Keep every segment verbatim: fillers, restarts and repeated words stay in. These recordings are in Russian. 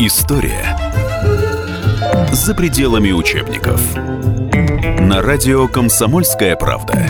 История за пределами учебников. На радио «Комсомольская правда».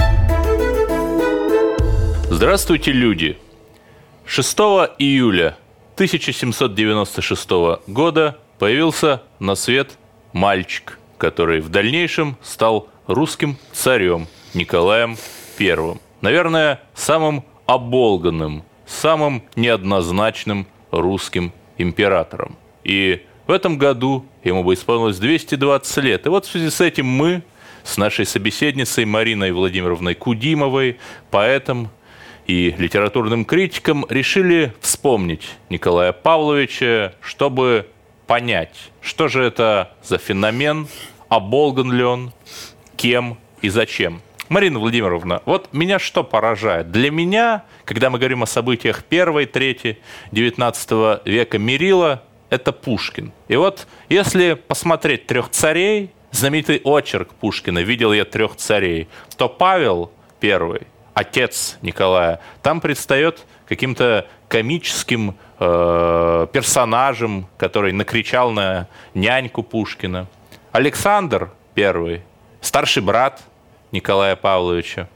Здравствуйте, люди! шестого июля тысяча семьсот девяносто шестого года появился на свет мальчик, который в дальнейшем стал русским царем Николаем Первым. Наверное, самым оболганным, самым неоднозначным русским императором. И в этом году ему бы исполнилось двести двадцать лет. И вот в связи с этим мы с нашей собеседницей Мариной Владимировной Кудимовой, поэтом и литературным критиком, решили вспомнить Николая Павловича, чтобы понять, что же это за феномен, оболган ли он, кем и зачем. Марина Владимировна, вот меня что поражает? Для меня, когда мы говорим о событиях первой трети девятнадцатого века, мерило – это Пушкин. И вот если посмотреть «Трех царей», знаменитый очерк Пушкина «Видел я трех царей», то Павел Первый, отец Николая, там предстает каким-то комическим э, персонажем, который накричал на няньку Пушкина. Александр Первый, старший брат Николая Павловича,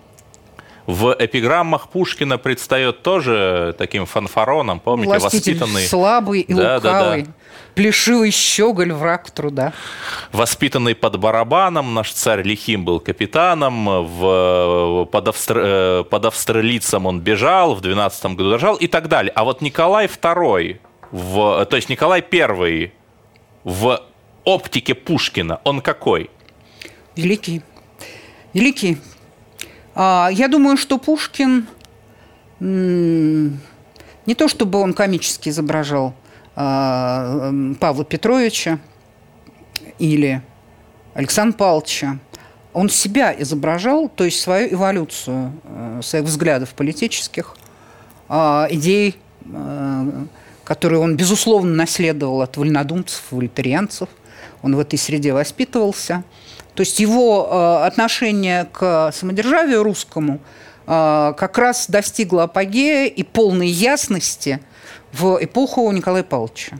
в эпиграммах Пушкина предстает тоже таким фанфароном, помните, властитель воспитанный... слабый и да, лукавый, да, да. Плешивый щеголь, враг труда. Воспитанный под барабаном, наш царь лихим был капитаном, в, под, австр, под австралийцем он бежал, в двенадцатом году дожал и так далее. А вот Николай Второй, в, то есть Николай Первый в оптике Пушкина, он какой? Великий. Великий. А, я думаю, что Пушкин м- не то чтобы он комически изображал а, Павла Петровича или Александра Павловича, он себя изображал, то есть свою эволюцию а, своих взглядов политических, а, идей, а, которые он, безусловно, наследовал от вольнодумцев, вольтерианцев. Он в этой среде воспитывался. То есть его э, отношение к самодержавию русскому э, как раз достигло апогея и полной ясности в эпоху Николая Павловича.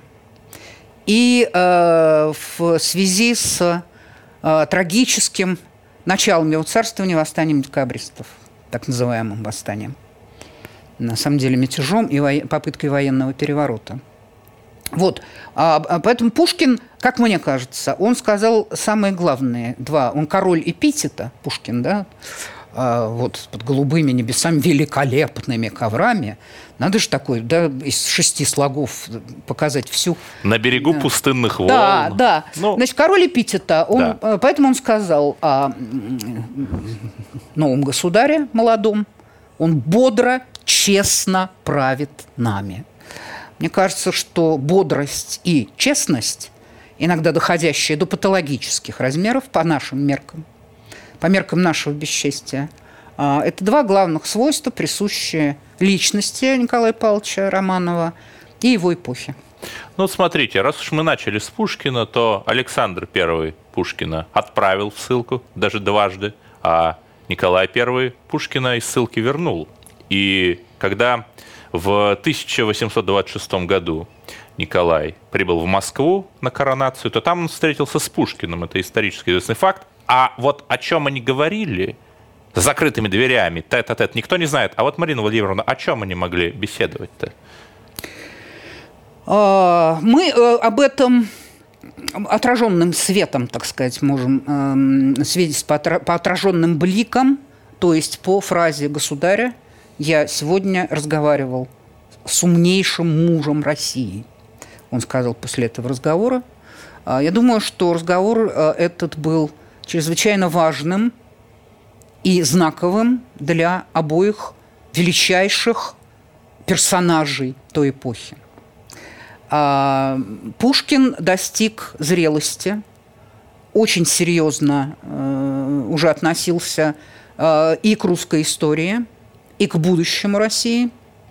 И э, в связи с э, трагическим началом его царствования, восстанием декабристов, так называемым восстанием, на самом деле мятежом и во... попыткой военного переворота. Вот, поэтому Пушкин, как мне кажется, он сказал самые главные два. Он король эпитета, Пушкин, да, вот под голубыми небесами, великолепными коврами. Надо же такой, да, из шести слогов показать всю... На берегу да. пустынных волн. Да, да. Ну, значит, король эпитета, он, да. поэтому он сказал о новом государе молодом, он бодро, честно правит нами. Мне кажется, что бодрость и честность, иногда доходящие до патологических размеров по нашим меркам, по меркам нашего бесчестия, это два главных свойства, присущие личности Николая Павловича Романова и его эпохи. Ну, смотрите, раз уж мы начали с Пушкина, то Александр Первый Пушкина отправил в ссылку даже дважды, а Николай Первый Пушкина из ссылки вернул. И когда... В тысяча восемьсот двадцать шестом году Николай прибыл в Москву на коронацию, то там он встретился с Пушкиным. Это исторически известный факт. А вот о чем они говорили с закрытыми дверями, тет-а-тет, никто не знает. А вот, Марина Владимировна, о чем они могли беседовать-то? Мы об этом отраженным светом, так сказать, можем свидетельствовать по отраженным бликам, то есть по фразе государя: «Я сегодня разговаривал с умнейшим мужем России», он сказал после этого разговора. Я думаю, что разговор этот был чрезвычайно важным и знаковым для обоих величайших персонажей той эпохи. Пушкин достиг зрелости, очень серьезно уже относился и к русской истории, и к будущему России.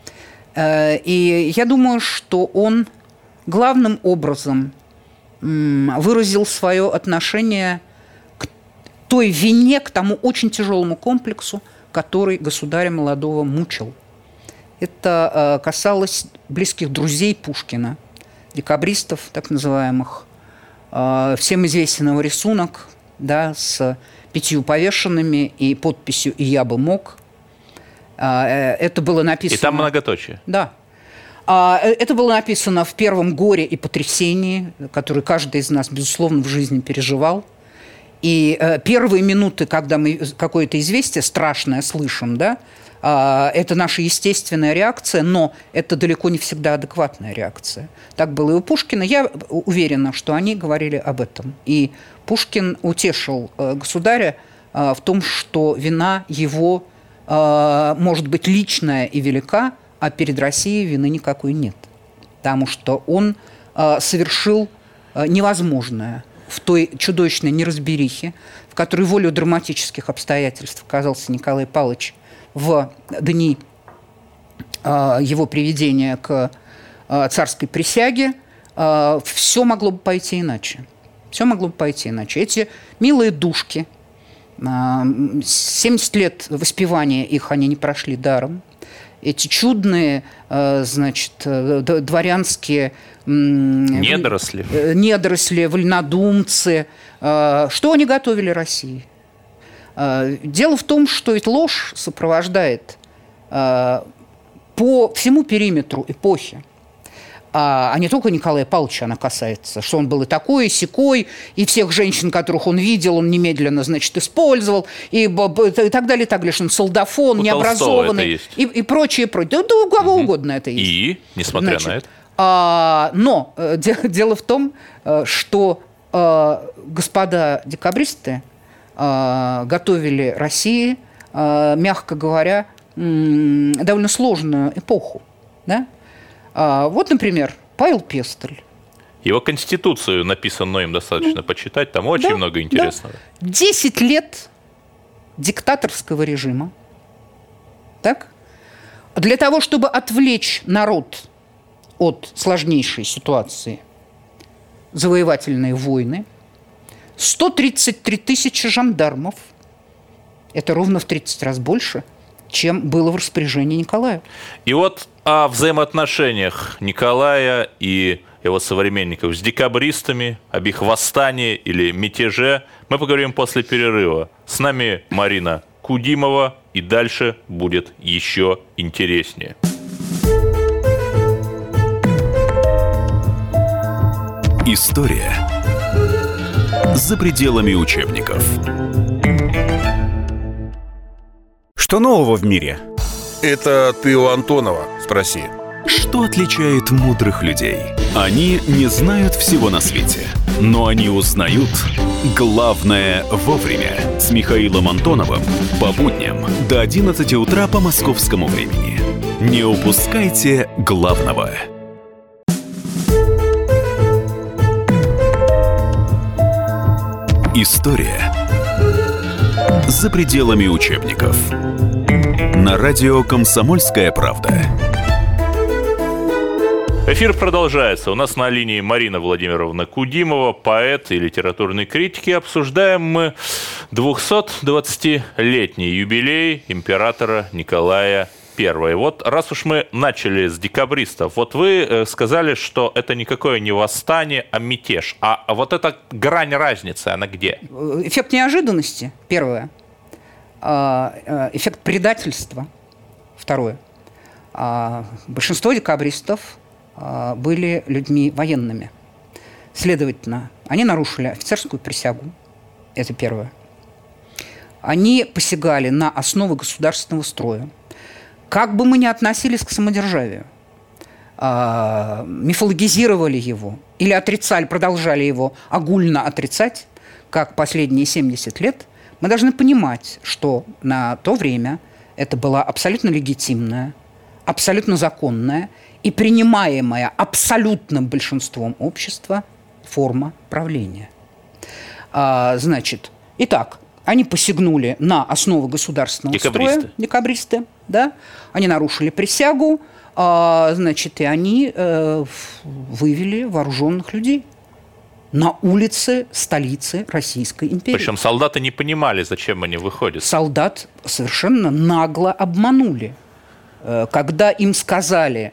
И я думаю, что он главным образом выразил свое отношение к той вине, к тому очень тяжелому комплексу, который государя молодого мучил. Это касалось близких друзей Пушкина, декабристов, так называемых. Всем известен его рисунок, да, с пятью повешенными и подписью «И я бы мог». Это было написано... И там многоточие. Да. Это было написано в первом горе и потрясении, которое каждый из нас, безусловно, в жизни переживал. И первые минуты, когда мы какое-то известие страшное слышим, да, это наша естественная реакция, но это далеко не всегда адекватная реакция. Так было и у Пушкина. Я уверена, что они говорили об этом. И Пушкин утешил государя в том, что вина его может быть личная и велика, а перед Россией вины никакой нет. Потому что он совершил невозможное в той чудовищной неразберихе, в которой волею драматических обстоятельств оказался Николай Павлович в дни э, его приведения к э, царской присяге, э, все могло бы пойти иначе. Все могло бы пойти иначе. Эти милые душки, э, семьдесят лет воспевания их они не прошли даром. Эти чудные, э, значит, дворянские... Э, недоросли. Э, недоросли, вольнодумцы. Э, что они готовили России? Дело в том, что ведь ложь сопровождает э, по всему периметру эпохи, а, а не только Николая Павловича она касается, что он был и такой, и сякой, и всех женщин, которых он видел, он немедленно, значит, использовал, и, и так далее, и так далее, что он солдафон, у необразованный, и, и прочее, прочее. Да, да у кого угу. угодно это есть. И, несмотря значит, на это? А, но э, дело в том, э, что э, господа декабристы готовили России, мягко говоря, довольно сложную эпоху. Да? Вот, например, Павел Пестель. Его конституцию, написанную им, достаточно почитать, там очень да, много интересного. Десять лет диктаторского режима. Так? Для того, чтобы отвлечь народ от сложнейшей ситуации, завоевательные войны, сто тридцать три тысячи жандармов. Это ровно в тридцать раз больше, чем было в распоряжении Николая. И вот о взаимоотношениях Николая и его современников с декабристами, об их восстании или мятеже мы поговорим после перерыва. С нами Марина Кудимова, и дальше будет еще интереснее. История за пределами учебников. Что нового в мире? Это ты у Антонова спроси. Что отличает мудрых людей? Они не знают всего на свете, но они узнают главное вовремя. С Михаилом Антоновым по будням до одиннадцати утра по московскому времени. Не упускайте главного. История за пределами учебников. На радио «Комсомольская правда». Эфир продолжается. У нас на линии Марина Владимировна Кудимова, поэт и литературный критик. И обсуждаем мы двухсотдвадцатилетний юбилей императора Николая Первого. Вот раз уж мы начали с декабристов, вот вы сказали, что это никакое не восстание, а мятеж. А вот эта грань разницы, она где? Эффект неожиданности, первое. Эффект предательства, второе. Большинство декабристов были людьми военными. Следовательно, они нарушили офицерскую присягу. Это первое. Они посягали на основы государственного строя. Как бы мы ни относились к самодержавию, мифологизировали его или отрицали, продолжали его огульно отрицать, как последние семьдесят лет, мы должны понимать, что на то время это была абсолютно легитимная, абсолютно законная и принимаемая абсолютным большинством общества форма правления. А, значит, итак, они посягнули на основы государственного декабристы. строя, декабристы, да, они нарушили присягу, а, значит, и они э, вывели вооруженных людей на улицы столицы Российской империи. Причем солдаты не понимали, зачем они выходят. Солдат совершенно нагло обманули. Когда им сказали,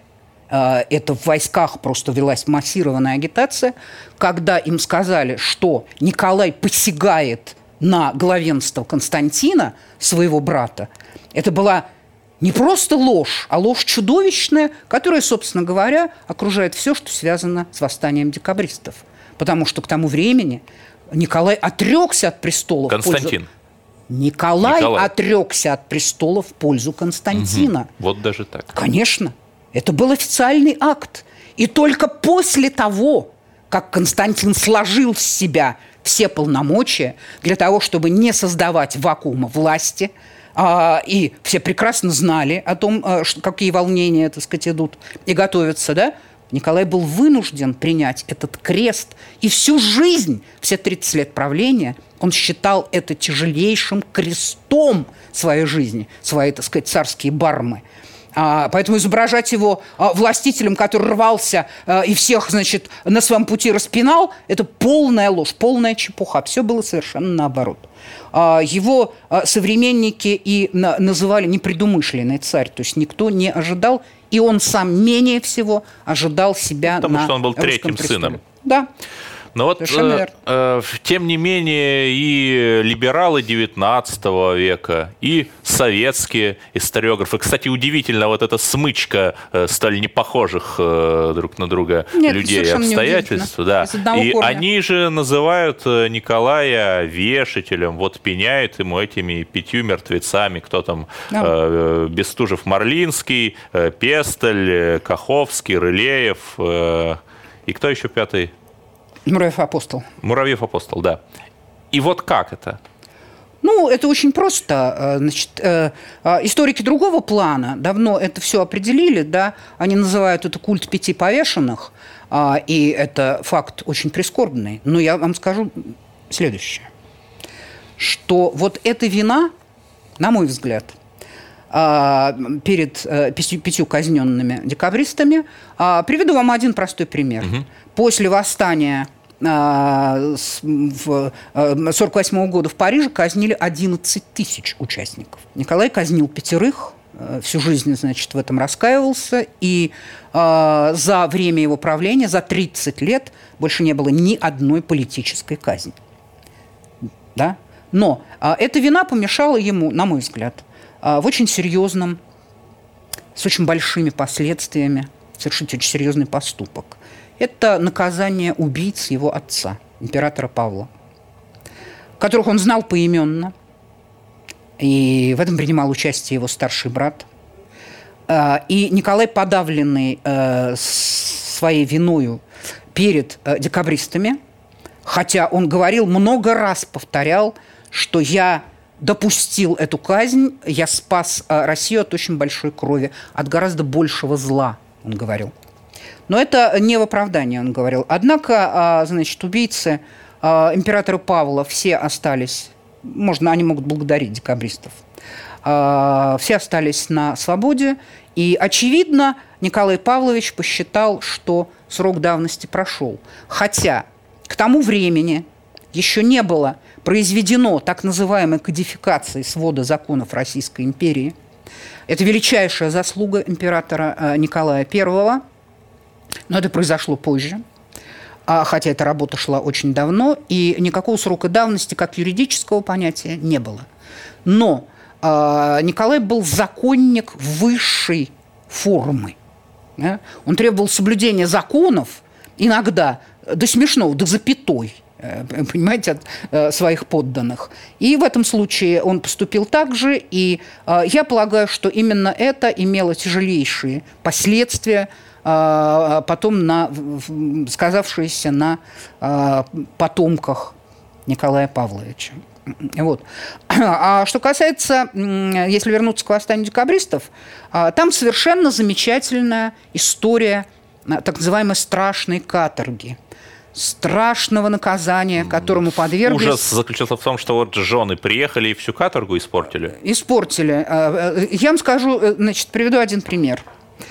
это в войсках просто велась массированная агитация, когда им сказали, что Николай посягает на главенство Константина, своего брата, это была не просто ложь, а ложь чудовищная, которая, собственно говоря, окружает все, что связано с восстанием декабристов. Потому что к тому времени Николай отрекся от престола. Константин. В пользу... Николай, Николай отрекся от престола в пользу Константина. Угу. Вот даже так. Конечно. Это был официальный акт. И только после того, как Константин сложил с себя все полномочия для того, чтобы не создавать вакуума власти, а, и все прекрасно знали о том, что, какие волнения, так сказать, идут и готовятся, да, Николай был вынужден принять этот крест. И всю жизнь, все тридцать лет правления, он считал это тяжелейшим крестом своей жизни, своей, так сказать, царские бармы. А, поэтому изображать его а, властителем, который рвался а, и всех, значит, на своем пути распинал, это полная ложь, полная чепуха. Все было совершенно наоборот. А, его а, современники и на, называли непредумышленный царь, то есть никто не ожидал, и он сам менее всего ожидал себя Потому на что он был русском третьим престоле. сыном. Да. Но вот, э, э, тем не менее, и либералы девятнадцатого века, и советские историографы. Кстати, удивительно, вот эта смычка э, столь непохожих э, друг на друга Нет, людей и обстоятельств. Да. И корня. Они же называют Николая вешателем, вот пеняют ему этими пятью мертвецами, кто там, да. э, Бестужев-Марлинский, э, Пестель, Каховский, Рылеев, э, и кто еще пятый? Муравьев-апостол. Муравьев-апостол, да. И вот как это? Ну, это очень просто. Значит, э, э, историки другого плана давно это все определили, да, они называют это культ пяти повешенных, э, и это факт очень прискорбный. Но я вам скажу следующее, что вот эта вина, на мой взгляд, э, перед э, пятью, пятью казненными декабристами, э, приведу вам один простой пример. Угу. После восстания в сорок восьмого года в Париже казнили одиннадцать тысяч участников. Николай казнил пятерых, всю жизнь, значит, в этом раскаивался, и за время его правления, за тридцать лет, больше не было ни одной политической казни. Да? Но эта вина помешала ему, на мой взгляд, в очень серьезном, с очень большими последствиями, совершить очень серьезный поступок. Это наказание убийц его отца, императора Павла, которых он знал поименно, и в этом принимал участие его старший брат. И Николай, подавленный своей виною перед декабристами, хотя он говорил, много раз повторял, что я допустил эту казнь, я спас Россию от очень большой крови, от гораздо большего зла, он говорил. Но это не в оправдании, он говорил. Однако, значит, убийцы императора Павла все остались, можно, они могут благодарить декабристов, все остались на свободе. И, очевидно, Николай Павлович посчитал, что срок давности прошел. Хотя к тому времени еще не было произведено так называемой кодификации свода законов Российской империи. Это величайшая заслуга императора Николая Первого. Но это произошло позже, хотя эта работа шла очень давно, и никакого срока давности как юридического понятия не было. Но Николай был законник высшей формы. Он требовал соблюдения законов, иногда до смешного, до запятой, понимаете, от своих подданных. И в этом случае он поступил так же, и я полагаю, что именно это имело тяжелейшие последствия, потом на, сказавшиеся на потомках Николая Павловича. Вот. А что касается, если вернуться к восстанию декабристов, там совершенно замечательная история так называемой страшной каторги, страшного наказания, которому подверглись. Ужас заключался в том, что вот жены приехали и всю каторгу испортили. Испортили. Я вам скажу, значит, приведу один пример.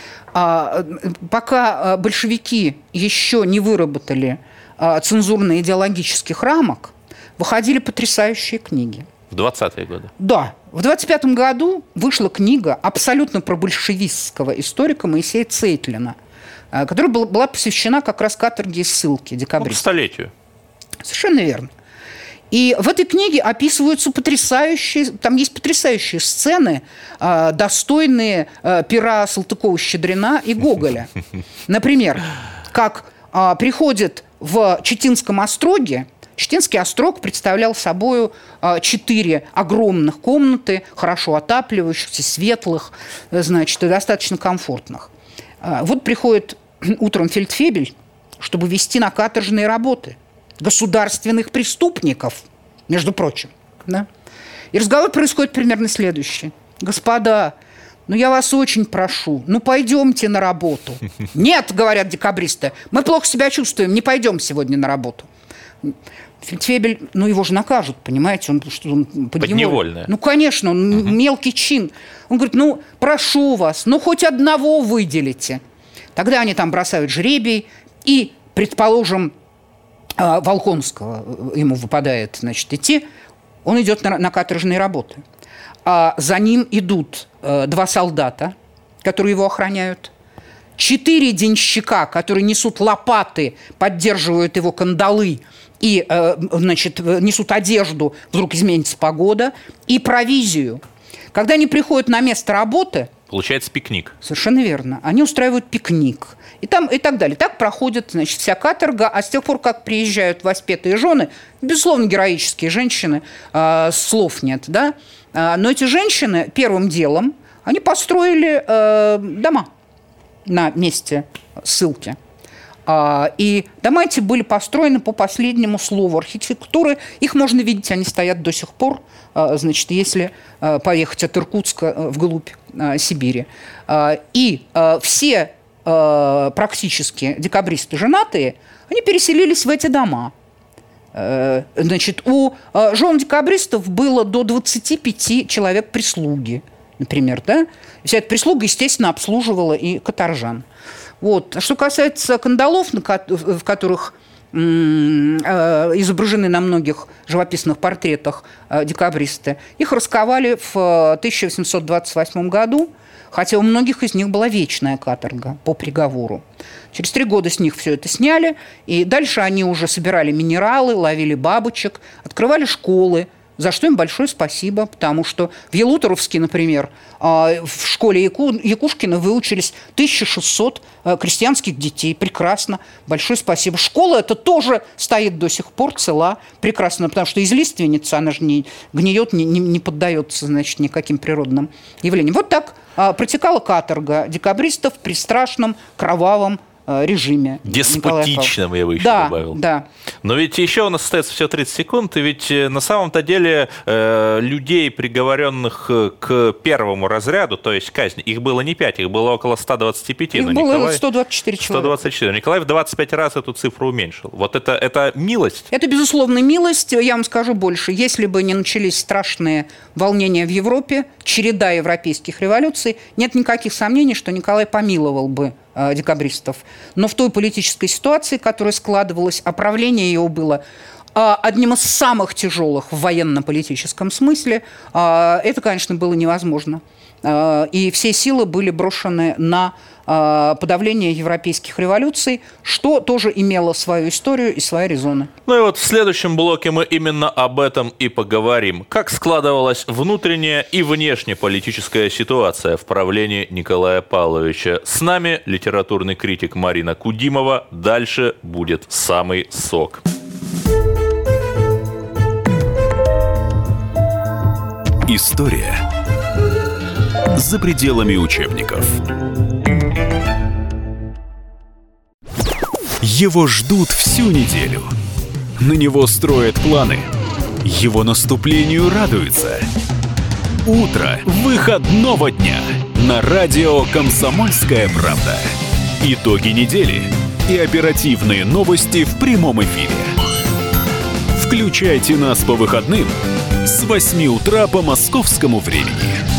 Пока большевики еще не выработали цензурно-идеологических рамок, выходили потрясающие книги. В двадцатые годы? Да. В двадцать пятом году вышла книга абсолютно пробольшевистского историка Моисея Цейтлина которая была посвящена как раз каторге и ссылке декабристов. Ну, к столетию. Совершенно верно. И в этой книге описываются потрясающие, там есть потрясающие сцены, э, достойные э, пера Салтыкова-Щедрина и Гоголя. Например, как э, приходит в Читинском остроге. Читинский острог представлял собой э, четыре огромных комнаты, хорошо отапливающихся, светлых, э, значит, и достаточно комфортных. Э, вот приходит утром фельдфебель, чтобы вести на каторжные работы государственных преступников, между прочим. Да? И разговор происходит примерно следующий. Господа, ну я вас очень прошу, ну пойдемте на работу. Нет, говорят декабристы, мы плохо себя чувствуем, не пойдем сегодня на работу. Фельдфебель, ну его же накажут, понимаете, он, что он подневольное. Ну, конечно, он угу. мелкий чин. Он говорит, ну прошу вас, ну хоть одного выделите. Тогда они там бросают жребий, и, предположим, Волконского ему выпадает, значит, идти, он идет на, на каторжные работы. А за ним идут э, два солдата, которые его охраняют, четыре денщика, которые несут лопаты, поддерживают его кандалы и, э, значит, несут одежду, вдруг изменится погода, и провизию. Когда они приходят на место работы... Получается пикник. Совершенно верно. Они устраивают пикник. И, там, и так далее. Так проходит, значит, вся каторга. А с тех пор, как приезжают воспетые жены, безусловно, героические женщины, э, слов нет, да? Э, но эти женщины первым делом, они построили э, дома на месте ссылки. Э, и дома эти были построены по последнему слову архитектуры. Их можно видеть, они стоят до сих пор. Э, значит, если э, поехать от Иркутска э, вглубь э, Сибири. Э, и э, все... практически декабристы женатые, они переселились в эти дома. Значит, у жен декабристов было до двадцати пяти человек прислуги, например, да? Вся эта прислуга, естественно, обслуживала и каторжан. Вот. Что касается кандалов, в которых изображены на многих живописных портретах декабристы, их расковали в тысяча восемьсот двадцать восьмом году, хотя у многих из них была вечная каторга по приговору. Через три года с них все это сняли, и дальше они уже собирали минералы, ловили бабочек, открывали школы, за что им большое спасибо, потому что в Елуторовске, например, в школе Яку... Якушкина выучились тысяча шестьсот крестьянских детей. Прекрасно. Большое спасибо. Школа эта тоже стоит до сих пор цела. Прекрасно, потому что из лиственницы она же не гниет, не, не, не поддается, значит, никаким природным явлениям. Вот так протекала каторга декабристов при страшном, кровавом режиме. Деспотичном, я бы еще да, добавил. Да. Но ведь еще у нас остается всего тридцать секунд, и ведь на самом-то деле э, людей, приговоренных к первому разряду, то есть казнь, их было не пять, их было около ста двадцати пяти. Их но было Николай... сто двадцать четыре человека. сто двадцать четыре. Николай в двадцать пять раз эту цифру уменьшил. Вот это, это милость? Это, безусловно, милость. Я вам скажу больше. Если бы не начались страшные волнения в Европе, череда европейских революций, нет никаких сомнений, что Николай помиловал бы декабристов. Но в той политической ситуации, которая складывалась, а правление его было одним из самых тяжелых в военно-политическом смысле, это, конечно, было невозможно. И все силы были брошены на подавление европейских революций, что тоже имело свою историю и свои резоны. Ну и вот в следующем блоке мы именно об этом и поговорим. Как складывалась внутренняя и внешнеполитическая ситуация в правлении Николая Павловича. С нами литературный критик Марина Кудимова. Дальше будет самый сок. История за пределами учебников. Его ждут всю неделю. На него строят планы. Его наступлению радуются. Утро выходного дня на радио «Комсомольская правда». Итоги недели и оперативные новости в прямом эфире. Включайте нас по выходным с восьми утра по московскому времени.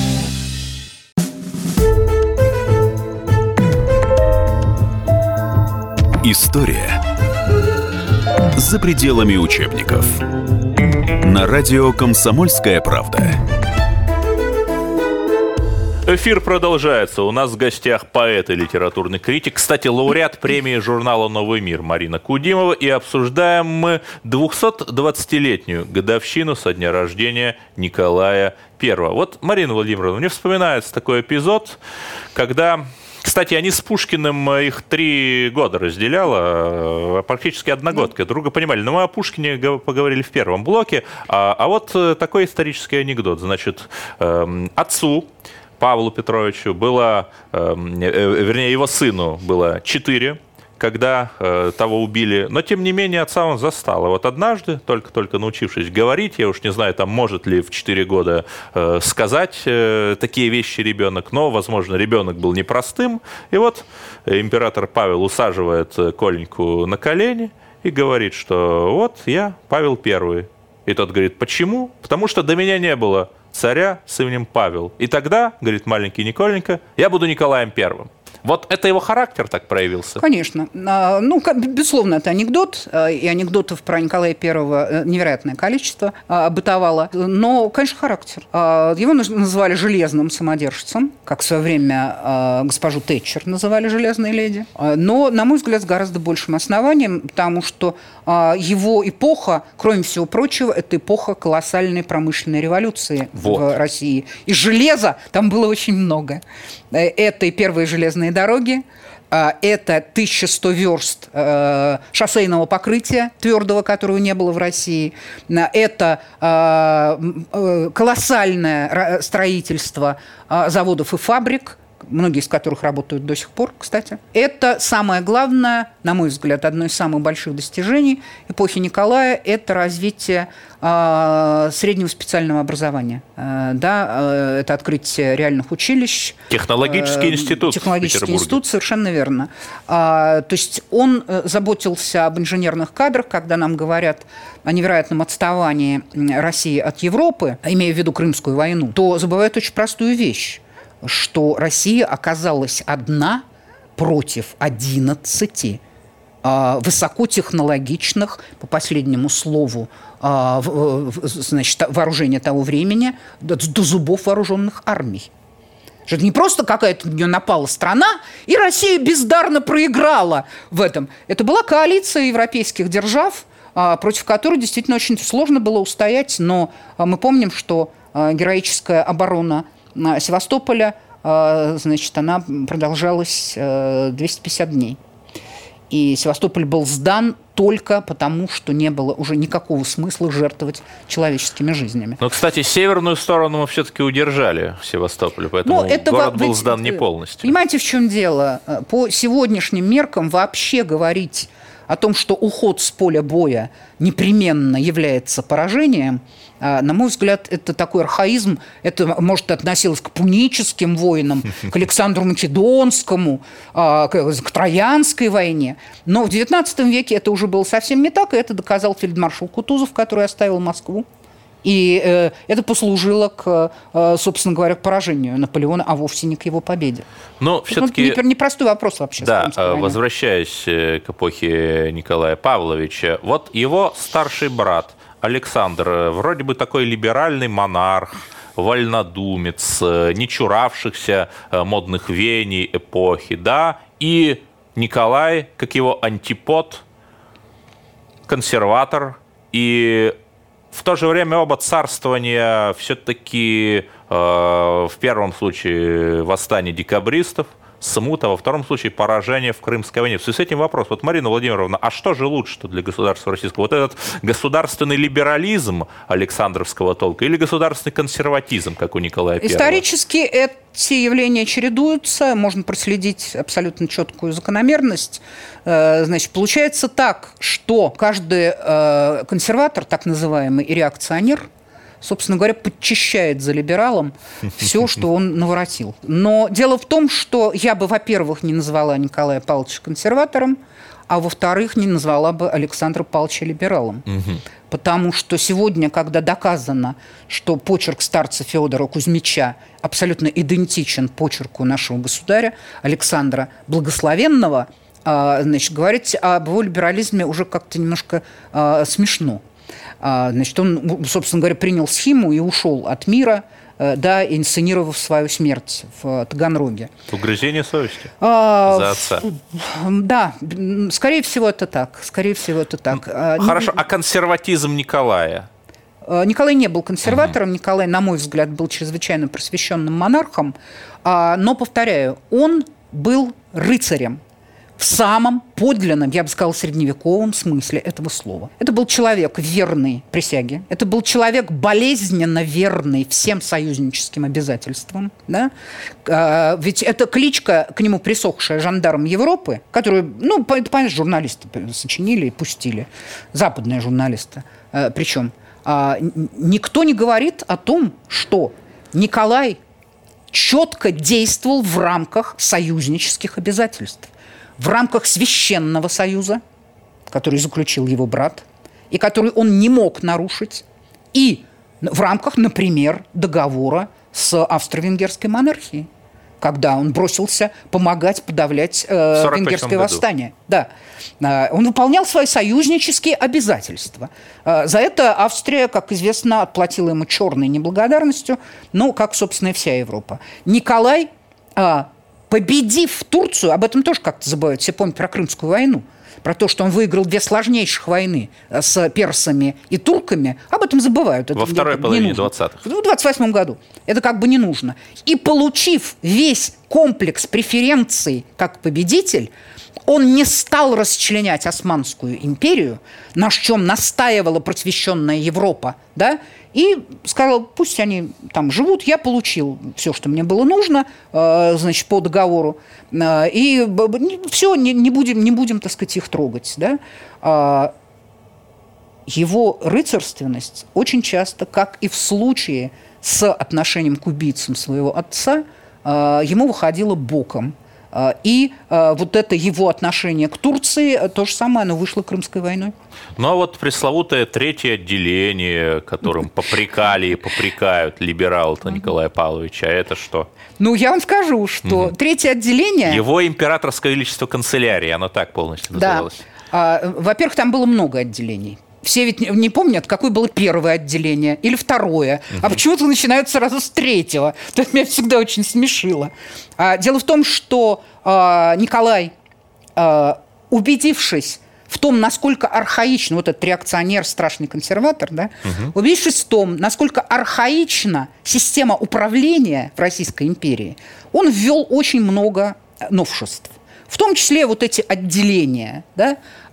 История за пределами учебников. На радио «Комсомольская правда». Эфир продолжается. У нас в гостях поэт и литературный критик, кстати, лауреат премии журнала «Новый мир» Марина Кудимова. И обсуждаем мы двухсотдвадцатилетнюю годовщину со дня рождения Николая Первого. Вот, Марина Владимировна, мне вспоминается такой эпизод, когда... Кстати, они с Пушкиным их три года разделяло, практически одногодка, друга понимали. Но мы о Пушкине поговорили в первом блоке. А, а вот такой исторический анекдот. Значит, эм, отцу Павлу Петровичу было, э, вернее, его сыну было четыре, когда э, того убили. Но, тем не менее, отца он застал. А вот однажды, только-только научившись говорить, я уж не знаю, там может ли в четыре года э, сказать э, такие вещи ребенок, но, возможно, ребенок был непростым. И вот император Павел усаживает Коленьку на колени и говорит, что вот я Павел Первый. И тот говорит, почему? Потому что до меня не было царя с именем Павел. И тогда, говорит маленький Николенька, я буду Николаем Первым. Вот это его характер так проявился? Конечно. Ну, безусловно, это анекдот, и анекдотов про Николая Первого невероятное количество бытовало. Но, конечно, характер. Его называли железным самодержцем, как в свое время госпожу Тэтчер называли железной леди. Но, на мой взгляд, с гораздо большим основанием, потому что его эпоха, кроме всего прочего, это эпоха колоссальной промышленной революции вот. в России. И железа там было очень много. Это и первые железные дороги, это тысяча сто верст шоссейного покрытия твердого, которого не было в России, это колоссальное строительство заводов и фабрик, многие из которых работают до сих пор, кстати. Это самое главное, на мой взгляд, одно из самых больших достижений эпохи Николая – это развитие э, среднего специального образования. Э, да, э, это открытие реальных училищ. Технологический э, институт Технологический институт, совершенно верно. Э, то есть он заботился об инженерных кадрах, когда нам говорят о невероятном отставании России от Европы, имея в виду Крымскую войну, то забывают очень простую вещь, что Россия оказалась одна против одиннадцати э, высокотехнологичных, по последнему слову, э, значит, вооружения того времени, до, до зубов вооруженных армий. Что это не просто какая-то на нее напала страна, и Россия бездарно проиграла в этом. Это была коалиция европейских держав, э, против которой действительно очень сложно было устоять, но э, мы помним, что э, героическая оборона Севастополя, значит, она продолжалась двести пятьдесят дней. И Севастополь был сдан только потому, что не было уже никакого смысла жертвовать человеческими жизнями. Но, кстати, северную сторону мы все-таки удержали в Севастополе, поэтому это город был сдан не полностью. Понимаете, в чем дело? По сегодняшним меркам вообще говорить о том, что уход с поля боя непременно является поражением, на мой взгляд, это такой архаизм. Это, может, относилось к пуническим войнам, к Александру Македонскому, к Троянской войне. Но в девятнадцатом веке это уже было совсем не так, и это доказал фельдмаршал Кутузов, который оставил Москву. И э, это послужило, к, э, собственно говоря, к поражению Наполеона, а вовсе не к его победе. Но все-таки... Ну, непростой вопрос вообще. Да, возвращаясь к эпохе Николая Павловича, вот его старший брат Александр, вроде бы такой либеральный монарх, вольнодумец, не чуравшихся модных веяний эпохи, да, и Николай, как его антипод, консерватор, и в то же время оба царствования все-таки э, в первом случае восстание декабристов, смута, во втором случае поражение в Крымской войне. В связи с этим вопрос. Вот, Марина Владимировна, а что же лучше для государства российского? Вот этот государственный либерализм Александровского толка или государственный консерватизм, как у Николая Первого? Исторически эти явления чередуются, можно проследить абсолютно четкую закономерность. Значит, получается так, что каждый консерватор, так называемый, и реакционер, собственно говоря, подчищает за либералом все, что он наворотил. Но дело в том, что я бы, во-первых, не назвала Николая Павловича консерватором, а во-вторых, не назвала бы Александра Павловича либералом. Угу. Потому что сегодня, когда доказано, что почерк старца Федора Кузьмича абсолютно идентичен почерку нашего государя Александра Благословенного, значит, говорить об его либерализме уже как-то немножко смешно. Значит, он, собственно говоря, принял схему и ушел от мира, да, инсценировав свою смерть в Таганроге. Угрызение совести А, за отца. Да, скорее всего, это так. Скорее всего, это так. Хорошо, а консерватизм Николая? Николай не был консерватором, угу. Николай, на мой взгляд, был чрезвычайно просвещенным монархом, но, повторяю, он был рыцарем в самом подлинном, я бы сказала, средневековом смысле этого слова. Это был человек верный присяге, это был человек болезненно верный всем союзническим обязательствам. Да? Ведь это кличка, к нему присохшая жандарм Европы, которую, ну, это, понятно, журналисты сочинили и пустили, западные журналисты причем. Никто не говорит о том, что Николай четко действовал в рамках союзнических обязательств, в рамках Священного Союза, который заключил его брат, и который он не мог нарушить, и в рамках, например, договора с австро-венгерской монархией, когда он бросился помогать подавлять э, венгерское восстание. Да. Он выполнял свои союзнические обязательства. За это Австрия, как известно, отплатила ему черной неблагодарностью, ну, как, собственно, и вся Европа. Николай, победив Турцию, об этом тоже как-то забывают, все помнят про Крымскую войну, про то, что он выиграл две сложнейших войны с персами и турками, об этом забывают. Это во второй половине двадцатых. В двадцать восьмом году. Это как бы не нужно. И получив весь комплекс преференций как победитель, он не стал расчленять Османскую империю, на чем настаивала просвещенная Европа, да, и сказал, пусть они там живут, я получил все, что мне было нужно, э, значит, по договору, э, и все, не, не, будем, не будем, так сказать, их трогать. Да? Э, его рыцарственность очень часто, как и в случае с отношением к убийцам своего отца, э, ему выходила боком. И э, вот это его отношение к Турции, то же самое, оно вышло Крымской войной. Ну, а вот пресловутое третье отделение, которым попрекали и попрекают либерала-то Николая Павловича, а это что? Ну, я вам скажу, что угу. третье отделение... Его императорское величество канцелярии, оно так полностью называлось. Да. А, во-первых, там было много отделений. Все ведь не помнят, какое было первое отделение или второе, uh-huh. а почему-то начинают сразу с третьего. То есть меня всегда очень смешило. А, дело в том, что а, Николай, а, убедившись в том, насколько архаично, вот этот реакционер, страшный консерватор, да, uh-huh. убедившись в том, насколько архаична система управления в Российской империи, он ввел очень много новшеств. В том числе вот эти отделения, да,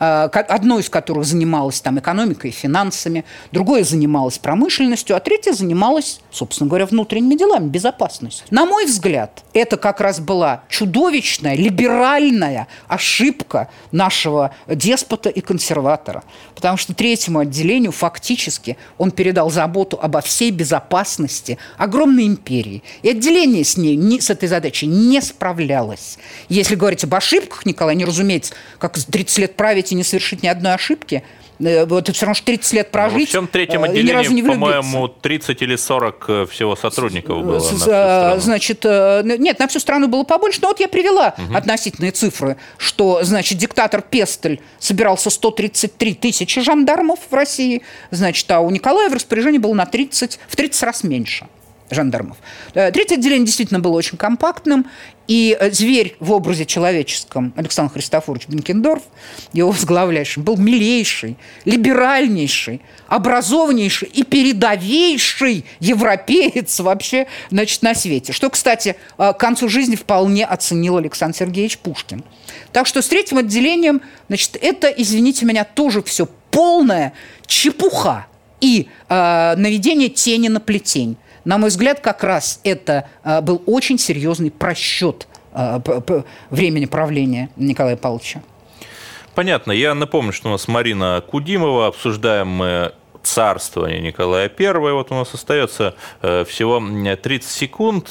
одно из которых занималось там экономикой и финансами, другое занималось промышленностью, а третье занималось, собственно говоря, внутренними делами, безопасностью. На мой взгляд, это как раз была чудовищная, либеральная ошибка нашего деспота и консерватора, потому что третьему отделению фактически он передал заботу обо всей безопасности огромной империи. И отделение с ней, с этой задачей не справлялось. Если говорить об ошибках, Николай, не разумеется, как тридцать лет править и не совершить ни одной ошибки, вот это все равно, что тридцать лет прожить. Во всем третьем отделении, по-моему, тридцать или сорок всего сотрудников было. С, на значит, нет, на всю страну было побольше, но вот я привела угу. относительные цифры, что, значит, диктатор Пестель собирался сто тридцать три тысячи жандармов в России, значит, а у Николая в распоряжении было на тридцать, в тридцать раз меньше жандармов. Третье отделение действительно было очень компактным, и зверь в образе человеческом Александр Христофорович Бенкендорф, его возглавляющий, был милейший, либеральнейший, образованнейший и передовейший европеец вообще, значит, на свете. Что, кстати, к концу жизни вполне оценил Александр Сергеевич Пушкин. Так что с третьим отделением, значит, это, извините меня, тоже все полная чепуха и э, наведение тени на плетень. На мой взгляд, как раз это а, был очень серьезный просчет а, п- п- времени правления Николая Павловича. Понятно. Я напомню, что у нас Марина Кудимова. Обсуждаем мы царствование Николая Первого. Вот у нас остается всего тридцать секунд,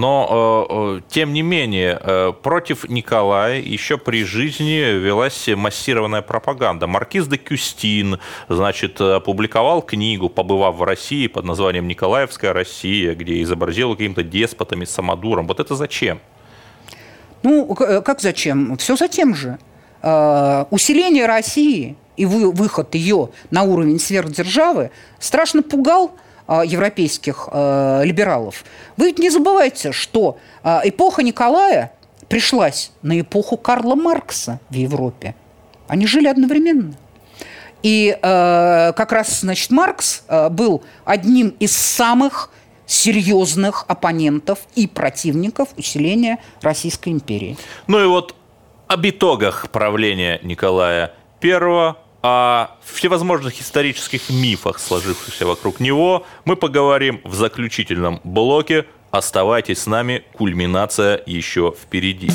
но, тем не менее, против Николая еще при жизни велась массированная пропаганда. Маркиз де Кюстин, значит, опубликовал книгу, побывав в России, под названием «Николаевская Россия», где изобразил каким-то деспотом и самодуром. Вот это зачем? Ну, как зачем? Все за тем же. Усиление России и выход ее на уровень сверхдержавы страшно пугал европейских либералов. Вы ведь не забывайте, что эпоха Николая пришлась на эпоху Карла Маркса в Европе. Они жили одновременно. И как раз, значит, Маркс был одним из самых серьезных оппонентов и противников усиления Российской империи. Ну и вот об итогах правления Николая Первого, о всевозможных исторических мифах, сложившихся вокруг него, мы поговорим в заключительном блоке. Оставайтесь с нами, кульминация еще впереди.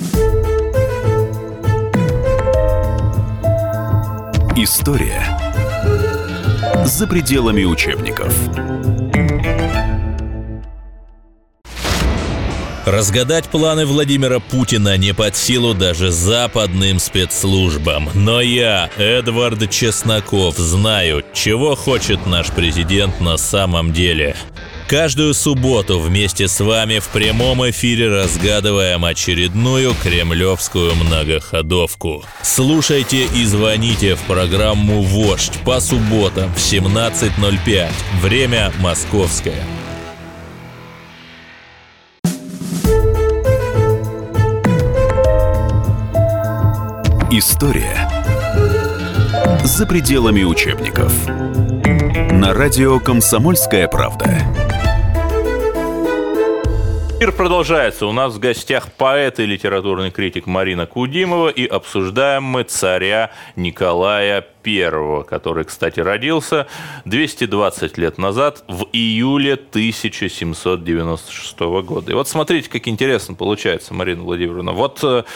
История за пределами учебников. Разгадать планы Владимира Путина не под силу даже западным спецслужбам. Но я, Эдвард Чесноков, знаю, чего хочет наш президент на самом деле. Каждую субботу вместе с вами в прямом эфире разгадываем очередную кремлевскую многоходовку. Слушайте и звоните в программу «Вождь» по субботам в семнадцать ноль пять. Время московское. История за пределами учебников. На радио «Комсомольская правда». Эфир продолжается. У нас в гостях поэт и литературный критик Марина Кудимова, и обсуждаем мы царя Николая Первого, который, кстати, родился двести двадцать лет назад, в июле тысяча семьсот девяносто шестого года. И вот смотрите, как интересно получается, Марина Владимировна. Вот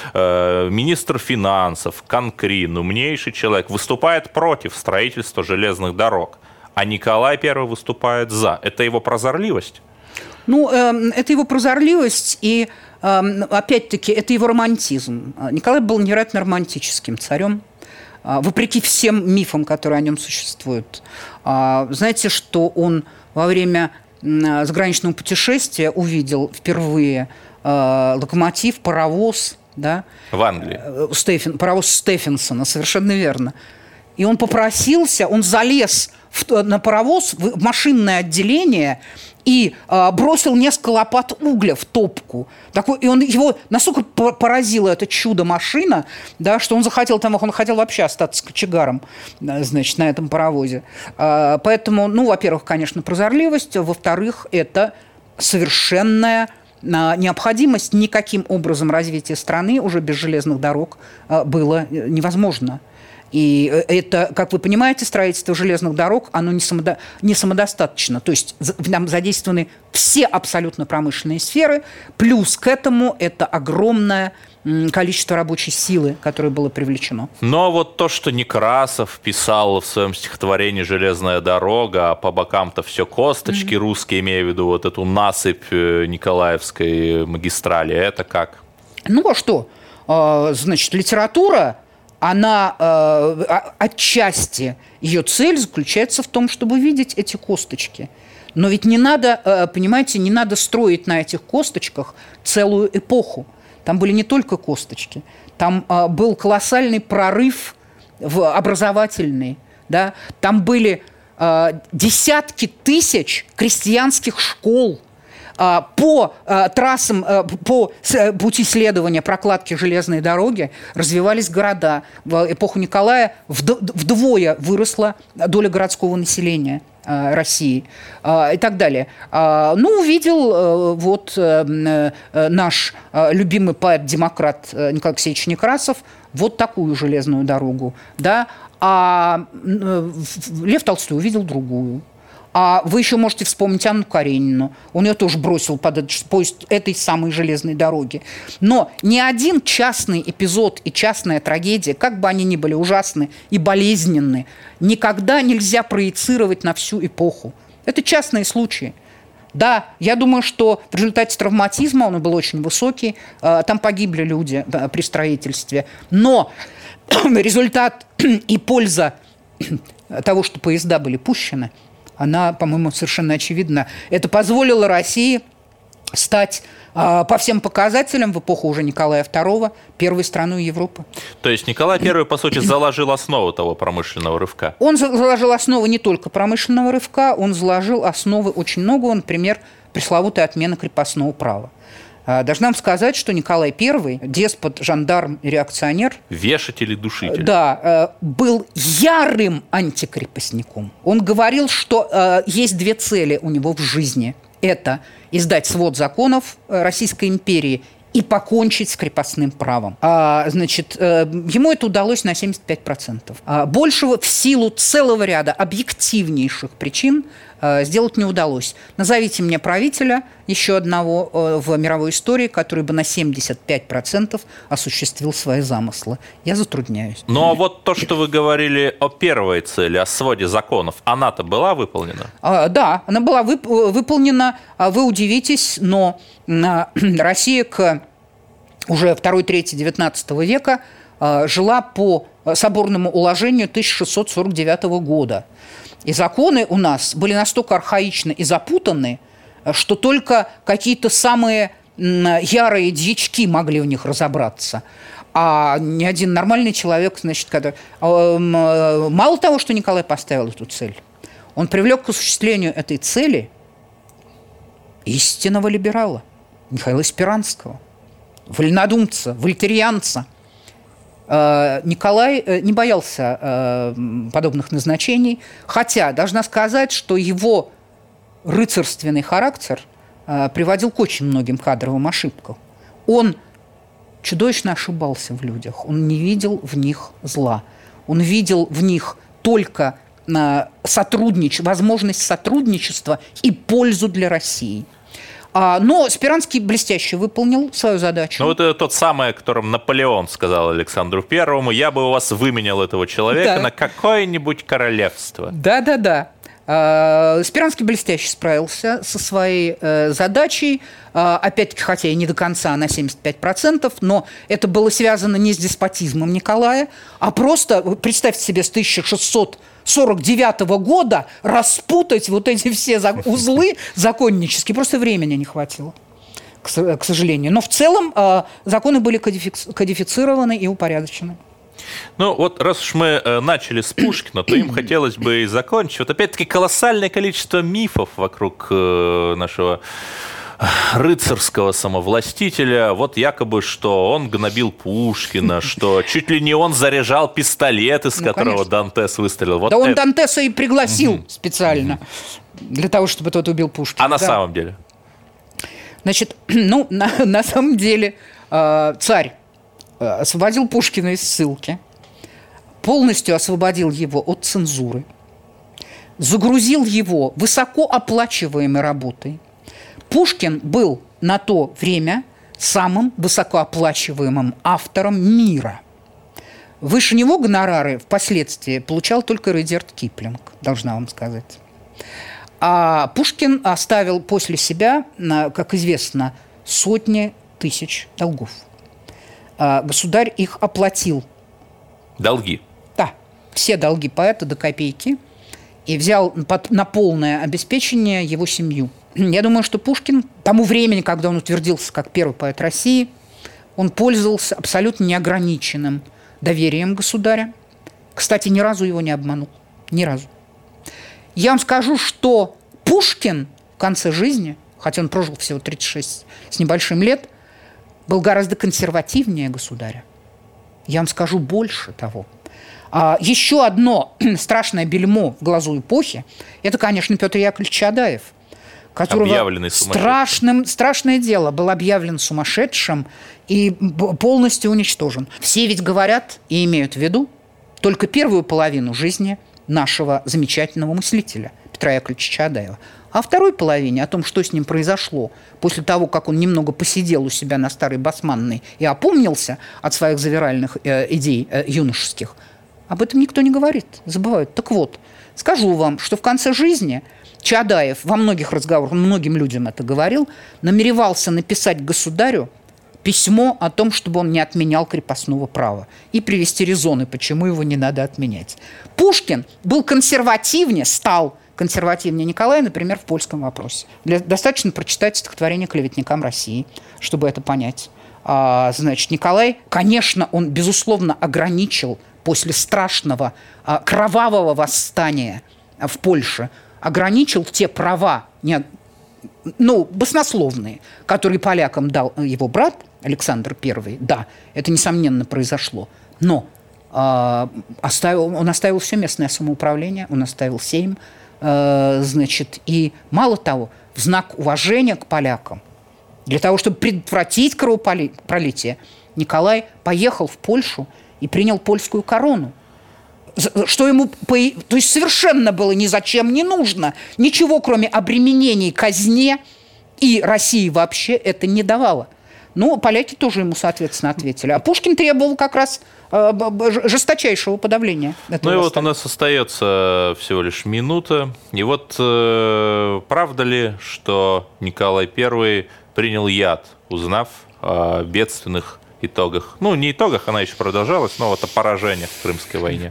э, министр финансов, Конкрин, умнейший человек, выступает против строительства железных дорог, а Николай Первый выступает за. Это его прозорливость? Ну, э, это его прозорливость и, э, опять-таки, это его романтизм. Николай был невероятно романтическим царем, э, вопреки всем мифам, которые о нем существуют. Э, знаете, что он во время э, заграничного путешествия увидел впервые э, локомотив, паровоз, да? В Англии. Э, Стефен, паровоз Стефенсона, совершенно верно. И он попросился, он залез в, на паровоз, в машинное отделение и э, бросил несколько лопат угля в топку. Такой, и он, его настолько поразило это чудо-машина, да, что он захотел там, он хотел вообще остаться кочегаром, значит, на этом паровозе. Э, поэтому, ну, во-первых, конечно, прозорливость, во-вторых, это совершенная необходимость. Никаким образом развитие страны уже без железных дорог э, было невозможно. И это, как вы понимаете, строительство железных дорог, оно не, самодо... не самодостаточно. То есть там задействованы все абсолютно промышленные сферы, плюс к этому это огромное количество рабочей силы, которое было привлечено. Но вот то, что Некрасов писал в своем стихотворении «Железная дорога», а по бокам-то все косточки mm-hmm. русские, имею в виду вот эту насыпь Николаевской магистрали, это как? Ну а что? Значит, литература... Она э, отчасти, ее цель заключается в том, чтобы видеть эти косточки. Но ведь не надо, э, понимаете, не надо строить на этих косточках целую эпоху. Там были не только косточки, там э, был колоссальный прорыв в образовательный, да? Там были э, десятки тысяч крестьянских школ. По трассам, по пути следования прокладки железной дороги развивались города. В эпоху Николая вдвое выросла доля городского населения России и так далее. Ну, увидел вот наш любимый поэт-демократ Николай Алексеевич Некрасов вот такую железную дорогу, да, а Лев Толстой увидел другую. А вы еще можете вспомнить Анну Каренину. Он ее тоже бросил под этот поезд этой самой железной дороги. Но ни один частный эпизод и частная трагедия, как бы они ни были ужасны и болезненны, никогда нельзя проецировать на всю эпоху. Это частные случаи. Да, я думаю, что в результате травматизма, он был очень высокий, там погибли люди при строительстве. Но результат и польза того, что поезда были пущены, она, по-моему, совершенно очевидна. Это позволило России стать по всем показателям в эпоху уже Николая второго первой страной Европы. То есть Николай Первый, по сути, заложил основу того промышленного рывка? Он заложил основы не только промышленного рывка, он заложил основы очень много, например, пресловутая отмена крепостного права. Должна вам сказать, что Николай Первый, деспот, жандарм и реакционер... Вешатель и душитель. Да, был ярым антикрепостником. Он говорил, что есть две цели у него в жизни. Это издать свод законов Российской империи и покончить с крепостным правом. А, значит, ему это удалось на семьдесят пять процентов. А большего в силу целого ряда объективнейших причин сделать не удалось. Назовите мне правителя еще одного в мировой истории, который бы на семьдесят пять процентов осуществил свои замыслы. Я затрудняюсь. Ну, а вот то, что вы говорили о первой цели, о своде законов, она-то была выполнена? А, да, она была вып- выполнена. Вы удивитесь, но Россия к уже второй-третьей девятнадцатого века жила по соборному уложению тысяча шестьсот сорок девятого года. И законы у нас были настолько архаичны и запутаны, что только какие-то самые ярые дьячки могли в них разобраться. А ни один нормальный человек, значит, когда... Мало того, что Николай поставил эту цель, он привлек к осуществлению этой цели истинного либерала Михаила Спиранского, вольнодумца, вольтерианца. Николай не боялся подобных назначений, хотя должна сказать, что его рыцарственный характер приводил к очень многим кадровым ошибкам. Он чудовищно ошибался в людях, он не видел в них зла, он видел в них только сотруднич... возможность сотрудничества и пользу для России. Но Спиранский блестяще выполнил свою задачу. Ну, вот это тот самый, о котором Наполеон сказал Александру Первому: я бы у вас выменял этого человека, да, на какое-нибудь королевство. Да-да-да. Спиранский блестяще справился со своей задачей, опять-таки, хотя и не до конца, на семьдесят пять процентов, но это было связано не с деспотизмом Николая, а просто, представьте себе, с тысяча шестьсот сорок девятого года распутать вот эти все узлы законнические. Просто времени не хватило, к сожалению. Но в целом законы были кодифицированы и упорядочены. Ну, вот раз уж мы э, начали с Пушкина, то им хотелось бы и закончить. Вот опять-таки колоссальное количество мифов вокруг э, нашего рыцарского самовластителя. Вот якобы, что он гнобил Пушкина, что чуть ли не он заряжал пистолет, из ну, которого конечно. Дантес выстрелил. Вот да это... он Дантеса и пригласил mm-hmm. специально mm-hmm. для того, чтобы тот убил Пушкина. А на да. самом деле? Значит, ну, на, на самом деле э, царь освободил Пушкина из ссылки, полностью освободил его от цензуры, загрузил его высокооплачиваемой работой. Пушкин был на то время самым высокооплачиваемым автором мира. Выше него гонорары впоследствии получал только Рудьярд Киплинг, должна вам сказать. А Пушкин оставил после себя, как известно, сотни тысяч долгов. Государь их оплатил. Долги? Да, все долги поэта до копейки. И взял под, на полное обеспечение его семью. Я думаю, что Пушкин к тому времени, когда он утвердился как первый поэт России, он пользовался абсолютно неограниченным доверием государя. Кстати, ни разу его не обманул. Ни разу. Я вам скажу, что Пушкин в конце жизни, хотя он прожил всего тридцать шесть с небольшим лет, был гораздо консервативнее государя. Я вам скажу больше того. А еще одно страшное бельмо в глазу эпохи – это, конечно, Петр Яковлевич Чадаев, которого страшным, страшное дело был объявлен сумасшедшим и полностью уничтожен. Все ведь говорят и имеют в виду только первую половину жизни нашего замечательного мыслителя Петра Яковлевича Чадаева. А о второй половине, о том, что с ним произошло после того, как он немного посидел у себя на Старой Басманной и опомнился от своих завиральных э, идей э, юношеских, об этом никто не говорит, забывают. Так вот, скажу вам, что в конце жизни Чадаев во многих разговорах, он многим людям это говорил, намеревался написать государю письмо о том, чтобы он не отменял крепостного права и привести резоны, почему его не надо отменять. Пушкин был консервативнее, стал консервативнее Николая, например, в польском вопросе. Для, достаточно прочитать стихотворение «Клеветникам России», чтобы это понять. А, значит, Николай, конечно, он, безусловно, ограничил после страшного а, кровавого восстания в Польше, ограничил те права, не, ну, баснословные, которые полякам дал его брат Александр Первый. Да, это, несомненно, произошло. Но э, оставил, он оставил все местное самоуправление, он оставил Сейм. Э, значит, и мало того, в знак уважения к полякам, для того, чтобы предотвратить кровопролитие, Николай поехал в Польшу и принял польскую корону. Что ему, то есть совершенно было ни зачем не нужно. Ничего, кроме обременений казне и России вообще, это не давало. Ну, поляки тоже ему, соответственно, ответили. А Пушкин требовал как раз э, жесточайшего подавления этого Ну и восстания. вот у нас остается всего лишь минута. И вот э, правда ли, что Николай Первый принял яд, узнав о бедственных итогах? Ну, не итогах, она еще продолжалась, но вот о поражениях в Крымской войне.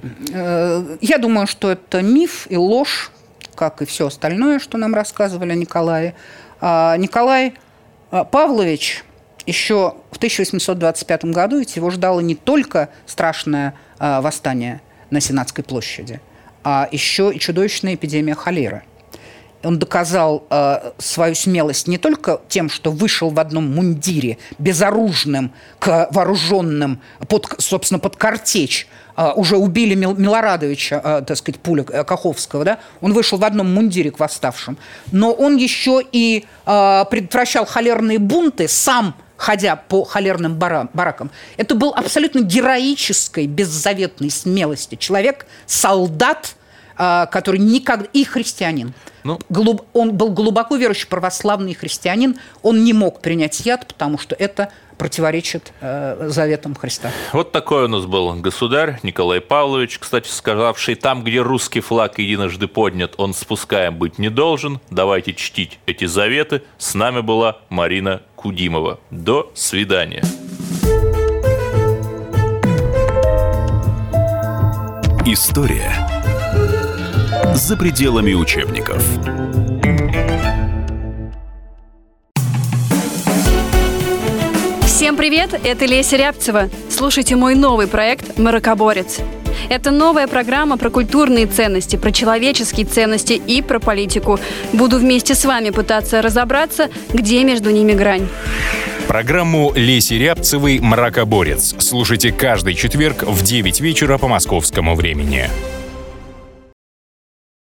Я думаю, что это миф и ложь, как и все остальное, что нам рассказывали о Николае. Николай Павлович еще в тысяча восемьсот двадцать пятом году, ведь его ждало не только страшное восстание на Сенатской площади, а еще и чудовищная эпидемия холеры. Он доказал э, свою смелость не только тем, что вышел в одном мундире, безоружным, к вооруженным, под, собственно, под картечь. Э, уже убили Мил, Милорадовича, э, так сказать, пуля э, Каховского, да? Он вышел в одном мундире к восставшим. Но он еще и э, предотвращал холерные бунты, сам ходя по холерным баракам. Это был абсолютно героической, беззаветной смелости. Человек, солдат, э, который никогда... И христианин. Ну, он был глубоко верующий православный христианин. Он не мог принять яд, потому что это противоречит э, заветам Христа. Вот такой у нас был государь Николай Павлович, кстати, сказавший: там, где русский флаг единожды поднят, он спускаем быть не должен. Давайте чтить эти заветы. С нами была Марина Кудимова. До свидания. История за пределами учебников. Всем привет, это Леся Рябцева. Слушайте мой новый проект «Маракоборец». Это новая программа про культурные ценности, про человеческие ценности и про политику. Буду вместе с вами пытаться разобраться, где между ними грань. Программу Леси Рябцевой «Мракоборец» слушайте каждый четверг в девять вечера по московскому времени.